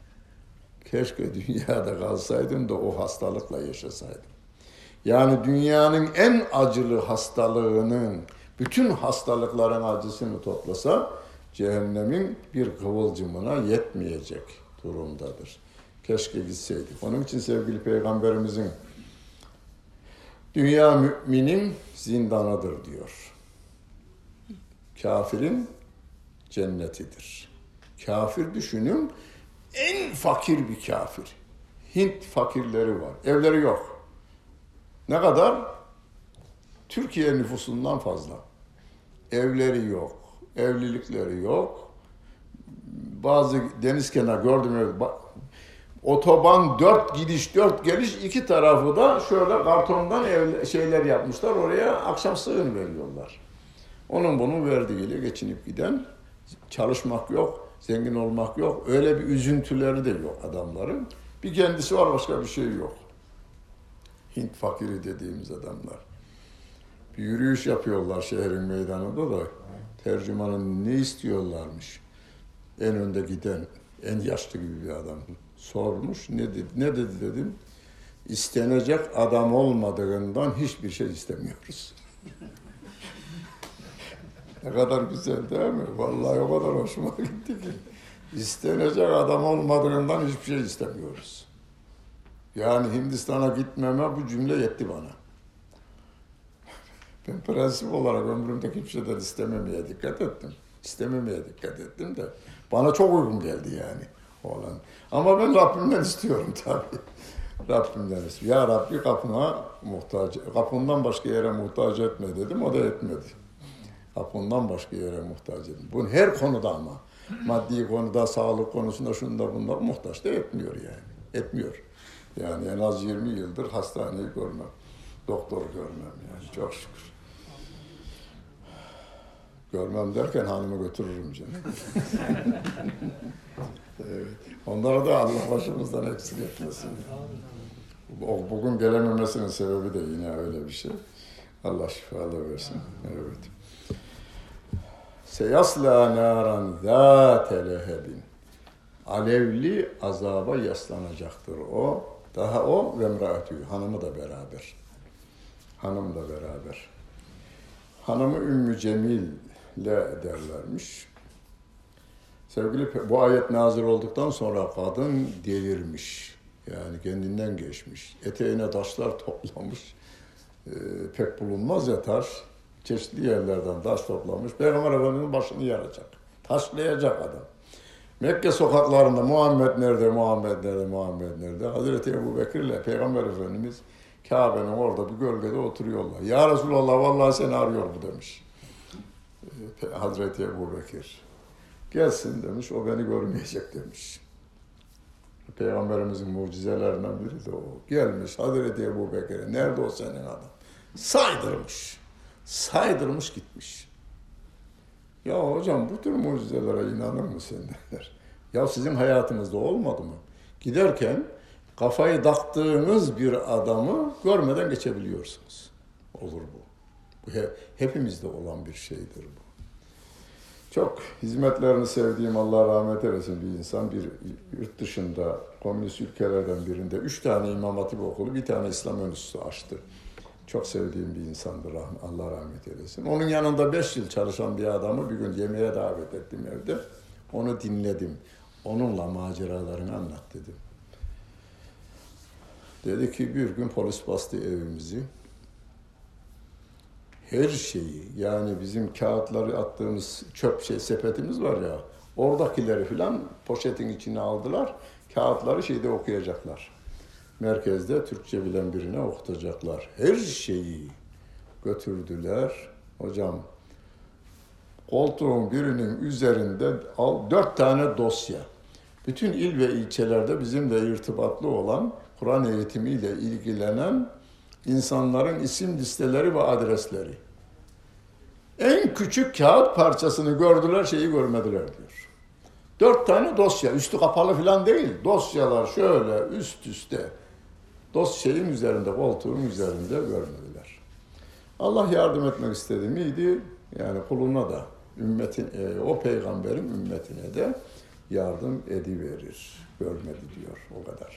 keşke dünyada kalsaydın da o hastalıkla yaşasaydın. Yani dünyanın en acılı hastalığının, bütün hastalıkların acısını toplasa, cehennemin bir kıvılcımına yetmeyecek durumdadır. Keşke gitseydik. Onun için sevgili Peygamberimizin dünya müminin zindanıdır diyor. Kafirin cennetidir. Kafir düşünün, en fakir bir kafir. Hint fakirleri var. Evleri yok. Ne kadar? Türkiye nüfusundan fazla. Evleri yok. Evlilikleri yok. Bazı deniz kenarı gördüm. Otoban dört gidiş dört geliş, iki tarafı da şöyle kartondan ev, şeyler yapmışlar. Oraya akşam sığın veriyorlar. Onun bunun verdiğiyle geçinip giden, çalışmak yok, zengin olmak yok. Öyle bir üzüntüleri de yok adamların. Bir kendisi var, başka bir şey yok. Hint fakiri dediğimiz adamlar. Bir yürüyüş yapıyorlar şehrin meydanında da. Tercümanın ne istiyorlarmış? En önde giden, en yaşlı gibi bir adam sormuş. Ne dedi, ne dedi dedim. İstenecek adam olmadığından hiçbir şey istemiyoruz. Ne kadar güzel değil mi? Vallahi o kadar hoşuma gitti ki. İstenecek adam olmadığından hiçbir şey istemiyoruz. Yani Hindistan'a gitmeme bu cümle yetti bana. Ben prensip olarak ömrümde hiçbir şeyden istememeye dikkat ettim. İstememeye dikkat ettim de bana çok uygun geldi yani olan. Ama ben Rabbimden istiyorum tabii. Rabbimden istiyorum. Ya Rabbi kapına muhtaç, kapından başka yere muhtaç etme dedim, o da etmedi. Kapından başka yere muhtaç edin. Bunun her konuda ama. Maddi konuda, sağlık konusunda, şunda bunlar muhtaç da etmiyor yani. Etmiyor. Yani en az yirmi yıldır hastaneyi görmem. Doktor görmem yani. Çok şükür. Görmem derken hanımı götürürüm canım. Evet. Onlara da Allah başımızdan eksik etmesin. Bugün gelememesinin sebebi de yine öyle bir şey. Allah şifalar versin. Evet. Seyasla naran zâte lehebin. Alevli azaba yaslanacaktır o. Daha o ve emraatü, hanımı da beraber. Hanım da beraber. Hanımı Ümmü Cemil'le derlermiş. Sevgili, bu ayet nazil olduktan sonra kadın delirmiş. Yani kendinden geçmiş. Eteğine taşlar toplamış. Ee, pek bulunmaz ya taş. Çeşitli yerlerden taş toplamış. Peygamber Efendimiz'in başını yaracak. Taşlayacak adam. Mekke sokaklarında Muhammed nerede, Muhammed nerede, Muhammed nerede? Hazreti Ebu Bekir ile Peygamber Efendimiz Kabe'nin orada bir gölgede oturuyorlar. Ya Resulallah vallahi seni arıyor bu demiş. Hazreti Ebu Bekir. Gelsin demiş, o beni görmeyecek demiş. Peygamberimizin mucizelerinden biri de o. Gelmiş Hazreti Ebu Bekir'e, nerede o senin adam? Saydırmış. Saydırmış gitmiş. Ya hocam bu tür mucizelere inanır mısın derler. Ya sizin hayatınızda olmadı mı? Giderken kafayı taktığınız bir adamı görmeden geçebiliyorsunuz. Olur bu. Bu hepimizde olan bir şeydir bu. Çok hizmetlerini sevdiğim, Allah rahmet eylesin bir insan, bir yurt dışında, komünist ülkelerden birinde üç tane İmam Hatip okulu, bir tane İslam Enstitüsü açtı. Çok sevdiğim bir insandır, Allah rahmet eylesin. Onun yanında beş yıl çalışan bir adamı bir gün yemeğe davet ettim evde. Onu dinledim. Onunla maceralarını anlat dedim. Dedi ki bir gün polis bastı evimizi. Her şeyi, yani bizim kağıtları attığımız çöp şey sepetimiz var ya, oradakileri filan poşetin içine aldılar. Kağıtları şeyde okuyacaklar. Merkezde Türkçe bilen birine okutacaklar. Her şeyi götürdüler. Hocam, koltuğun birinin üzerinde al, dört tane dosya. Bütün il ve ilçelerde bizimle irtibatlı olan, Kur'an eğitimiyle ilgilenen insanların isim listeleri ve adresleri. En küçük kağıt parçasını gördüler, şeyi görmediler diyor. Dört tane dosya, üstü kapalı falan değil. Dosyalar şöyle üst üste. Dosyanın üzerinde, koltuğun üzerinde görmediler. Allah yardım etmek istedi miydi? Yani kuluna da, ümmetin, e, o peygamberin ümmetine de yardım ediverir. Görmedi diyor, o kadar.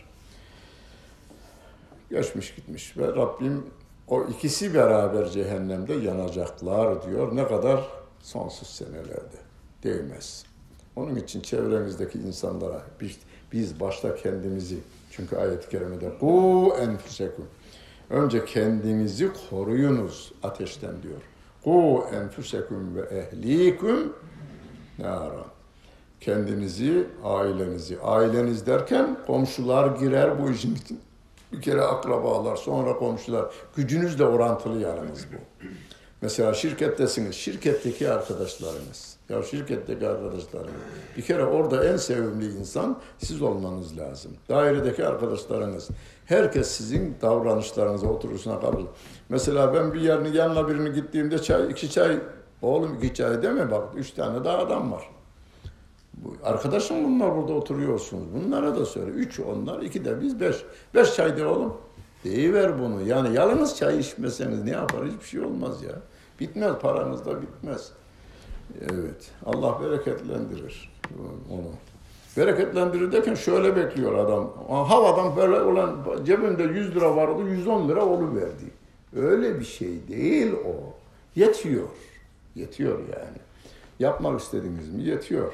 Geçmiş gitmiş ve Rabbim o ikisi beraber cehennemde yanacaklar diyor. Ne kadar? Sonsuz senelerde. Değmez. Onun için çevremizdeki insanlara biz, biz başta kendimizi, çünkü ayet-i kerimede "Ku enfusekum", önce kendinizi koruyunuz ateşten diyor. "Ku enfusekum ve ehlikum nara". Kendinizi, ailenizi, aileniz derken komşular girer bu işin için. Bir kere akrabalar, sonra komşular. Gücünüzle orantılı yalnız bu. Mesela şirkettesiniz, şirketteki arkadaşlarınız. Ya şirketteki arkadaşlarınız. Bir kere orada en sevimli insan siz olmanız lazım. Dairedeki arkadaşlarınız. Herkes sizin davranışlarınıza, oturuşuna kabul. Mesela ben bir yerin yanına birini gittiğimde çay, iki çay, oğlum iki çay deme bak, üç tane daha adam var. Arkadaşım bunlar burada oturuyorsunuz. Bunlara da söyle. Üç onlar, iki de biz, beş. Beş çay de oğlum. Deyiver bunu. Yani yalnız çay içmeseniz ne yapar? Hiçbir şey olmaz ya. Bitmez, paranız da bitmez. Evet. Allah bereketlendirir onu. Bereketlendirir derken şöyle bekliyor adam. Havadan böyle olan cebinde yüz lira vardı, yüz on lira oluverdi. Öyle bir şey değil o. Yetiyor. Yetiyor yani. Yapmak istediğiniz mi? Yetiyor.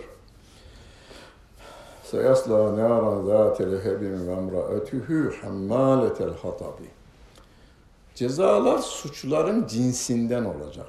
Seyasla nâran zâte lehebin ve emra'etühü hammâletel hatabi. Cezalar suçların cinsinden olacak.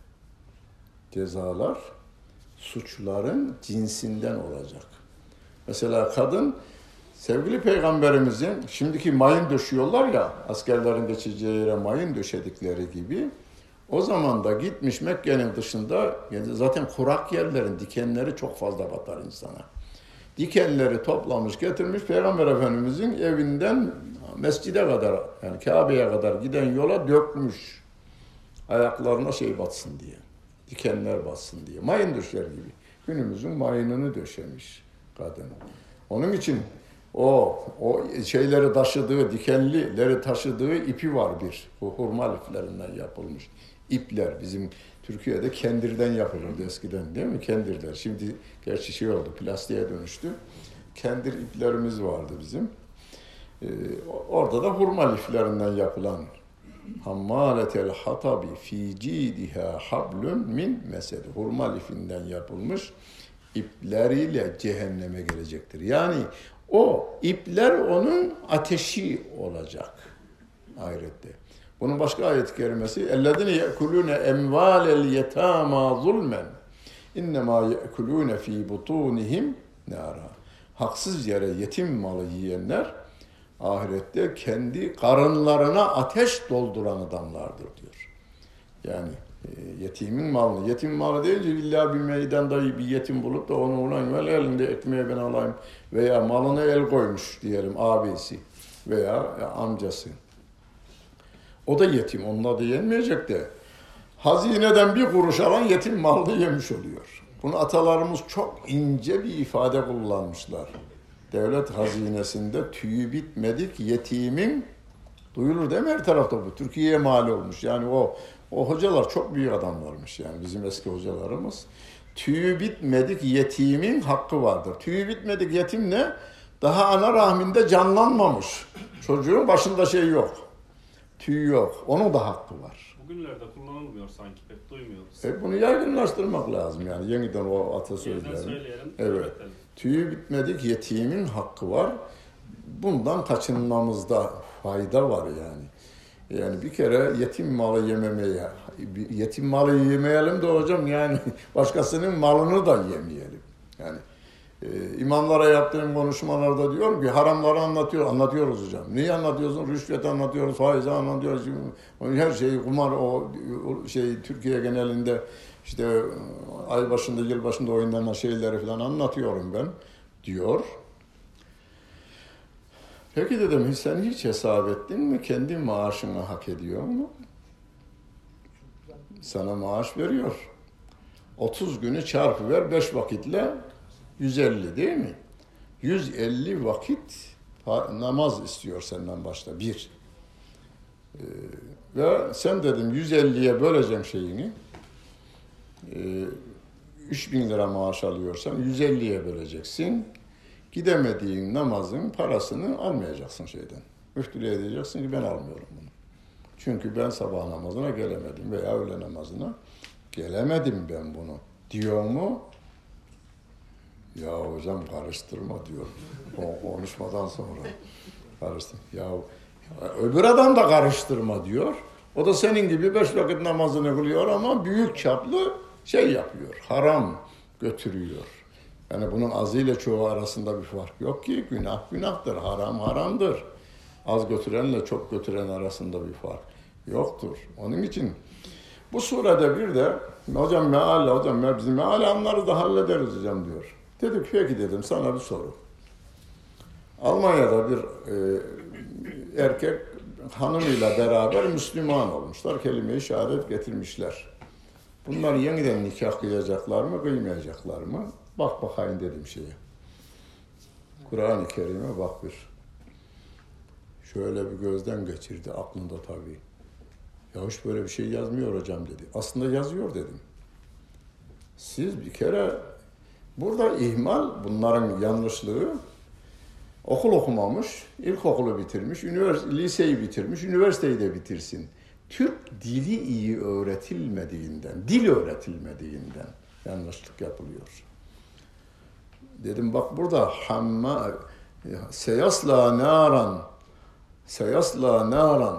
Cezalar suçların cinsinden olacak. Mesela kadın, sevgili Peygamberimizin, şimdiki mayın döşüyorlar ya, askerlerin geçeceği yere mayın döşedikleri gibi, o zaman da gitmiş Mekke'nin dışında, yani zaten kurak yerlerin dikenleri çok fazla batar insana. Dikenleri toplamış, getirmiş, Peygamber Efendimizin evinden mescide kadar, yani Kabe'ye kadar giden yola dökmüş. Ayaklarına şey batsın diye, dikenler batsın diye. Mayın döşer gibi. Günümüzün mayınını döşemiş kadın. Onun için o o şeyleri taşıdığı, dikenlileri taşıdığı ipi var bir. Bu hurma liflerinden yapılmış ipler. Bizim Türkiye'de kendirden yapılırdı eskiden, değil mi? Kendirler. Şimdi gerçi şey oldu, plastiğe dönüştü. Kendir iplerimiz vardı bizim. Ee, orada da hurma liflerinden yapılan hammaletel hatabi fi cidiha hablun min mesed. Hurma lifinden yapılmış ipleriyle cehenneme gelecektir. Yani o ipler onun ateşi olacak ahirette. Bunun başka ayet-i kerimesi اَلَّذِينَ يَأْكُلُونَ اَمْوَالَ الْيَتَامَا ظُلْمًا اِنَّمَا يَأْكُلُونَ ف۪ي بُطُونِهِمْ نَارًا. Haksız yere yetim malı yiyenler ahirette kendi karınlarına ateş dolduran adamlardır diyor. Yani e, yetimin malını, yetim malı deyince illa bir meydanda bir yetim bulup da onu ulan ver elinde ekmeği ben alayım veya malına el koymuş diyelim abisi veya amcası. O da yetim, onunla da yenmeyecek de hazineden bir kuruş alan yetim malını yemiş oluyor. Bunu atalarımız çok ince bir ifade kullanmışlar. Devlet hazinesinde tüyü bitmedik yetimin, duyulur değil mi her tarafta bu? Türkiye'ye mal olmuş. Yani o o hocalar çok büyük adamlarmış yani bizim eski hocalarımız. Tüyü bitmedik yetimin hakkı vardır. Tüyü bitmedik yetim ne? Daha ana rahminde canlanmamış. Çocuğun başında şey yok. Tüy yok. Onun da hakkı var. Bugünlerde kullanılmıyor sanki, pek duymuyoruz. E bunu yaygınlaştırmak lazım yani yeniden o atasözlerini. Evet. Tüyü bitmedik yetimin hakkı var. Bundan kaçınmamızda fayda var yani. Yani bir kere yetim malı yememeye, yetim malı yemeyelim de hocam yani başkasının malını da yemeyelim. Yani e, imamlara yaptığım konuşmalarda diyorum ki haramları anlatıyor, anlatıyoruz hocam. Niye anlatıyorsun? Rüşvet anlatıyoruz, faizi anlatıyoruz. Her şeyi kumar o şey Türkiye genelinde işte ay başında, yıl başında oynanan şeyleri falan anlatıyorum ben diyor. Peki dedim, sen hiç hesap ettin mi? Kendi maaşını hak ediyor mu? Sana maaş veriyor. otuz günü çarpı ver beş vakitle yüz elli değil mi? yüz elli vakit namaz istiyor senden başta bir. Ee, ve sen dedim yüz elliye böleceğim şeyini. Ee, üç bin lira maaş alıyorsan yüz elliye böleceksin. Gidemediğin namazın parasını almayacaksın şeyden. Müftülüğe diyeceksin ki ben almıyorum bunu. Çünkü ben sabah namazına gelemedim veya öğle namazına gelemedim ben bunu. Diyor mu? Ya hocam karıştırma diyor. O konuşmadan sonra karıştır. Ya öbür adam da karıştırma diyor. O da senin gibi beş vakit namazını kılıyor ama büyük çaplı şey yapıyor. Haram götürüyor. Yani bunun azıyla çoğu arasında bir fark yok ki. Günah günahtır, haram haramdır. Az götürenle çok götüren arasında bir fark yoktur. Onun için bu surede bir de hocam meal, hocam meal, bizim meal anları da hallederiz hocam diyor. Dedik peki dedim sana bir soru. Almanya'da bir e, erkek hanımıyla beraber Müslüman olmuşlar. Kelime-i şehadet getirmişler. Bunlar yeniden nikah kıyacaklar mı, kıymayacaklar mı? Bak bakayım dedim şeye. Kur'an-ı Kerim'e bak bir. Şöyle bir gözden geçirdi aklında tabii. Ya hiç böyle bir şey yazmıyor hocam dedi. Aslında yazıyor dedim. Siz bir kere burada ihmal, bunların yanlışlığı, okul okumamış, ilkokulu bitirmiş, üniversite, liseyi bitirmiş, üniversiteyi de bitirsin. Türk dili iyi öğretilmediğinden, dil öğretilmediğinden yanlışlık yapılıyor. Dedim bak burada hamma seyasla naran seyasla naran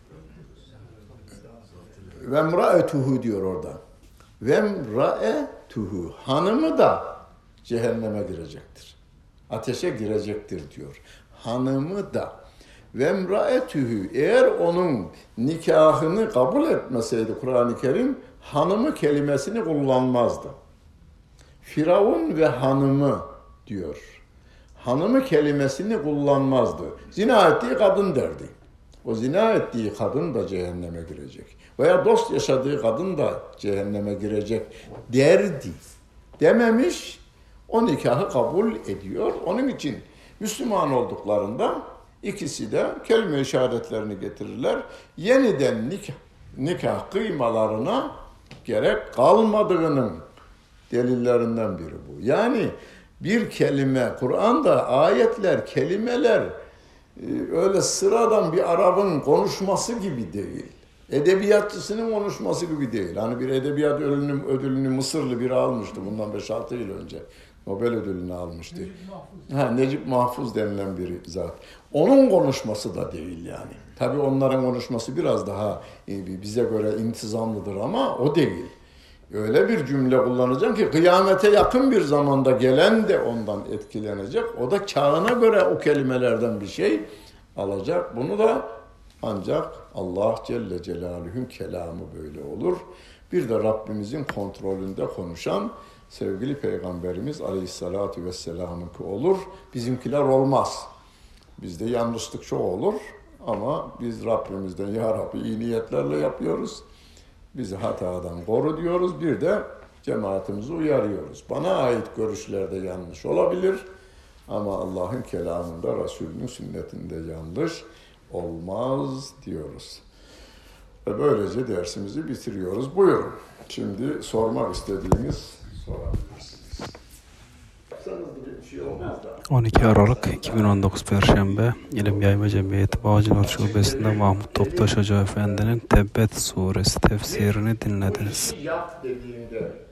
ve emraetuhu diyor orada. Ve emraetuhu hanımı da cehenneme girecektir. Ateşe girecektir diyor. Hanımı da. Ve emraetuhu eğer onun nikahını kabul etmeseydi Kur'an-ı Kerim hanımı kelimesini kullanmazdı. Firavun ve hanımı diyor. Hanımı kelimesini kullanmazdı. Zina ettiği kadın derdi. O zina ettiği kadın da cehenneme girecek. Veya dost yaşadığı kadın da cehenneme girecek derdi. Dememiş, o nikahı kabul ediyor. Onun için Müslüman olduklarında ikisi de kelime-i şehadetlerini getirirler. Yeniden nikah, nikah kıymalarına gerek kalmadığının delillerinden biri bu. Yani bir kelime, Kur'an'da ayetler, kelimeler öyle sıradan bir Arap'ın konuşması gibi değil. Edebiyatçısının konuşması gibi değil. Hani bir edebiyat ödülünü, ödülünü Mısırlı biri almıştı bundan beş altı yıl önce. Nobel ödülünü almıştı. Necip Mahfuz. Ha, Necip Mahfuz denilen bir zat. Onun konuşması da değil yani. Tabii onların konuşması biraz daha bize göre intizamlıdır ama o değil. Öyle bir cümle kullanacak ki kıyamete yakın bir zamanda gelen de ondan etkilenecek. O da çağına göre o kelimelerden bir şey alacak. Bunu da ancak Allah Celle Celaluhu'nun kelamı böyle olur. Bir de Rabbimizin kontrolünde konuşan sevgili Peygamberimiz Aleyhisselatü Vesselam'ınki olur. Bizimkiler olmaz. Bizde yanlışlık çok olur ama biz Rabbimizden ya Rabbi iyi niyetlerle yapıyoruz. Bizi hatadan koru diyoruz. Bir de cemaatimizi uyarıyoruz. Bana ait görüşlerde yanlış olabilir. Ama Allah'ın kelamında, Resulünün sünnetinde yanlış olmaz diyoruz. Ve böylece dersimizi bitiriyoruz. Buyurun. Şimdi sormak istediğiniz sorabilirsiniz. on iki Aralık iki bin on dokuz Perşembe İlim Yayma Cemiyeti Bağcılar Şubesi'nde Mahmut Toptaş Hoca Efendi'nin Tebbet Suresi tefsirini dinlediniz. Yap dediğinde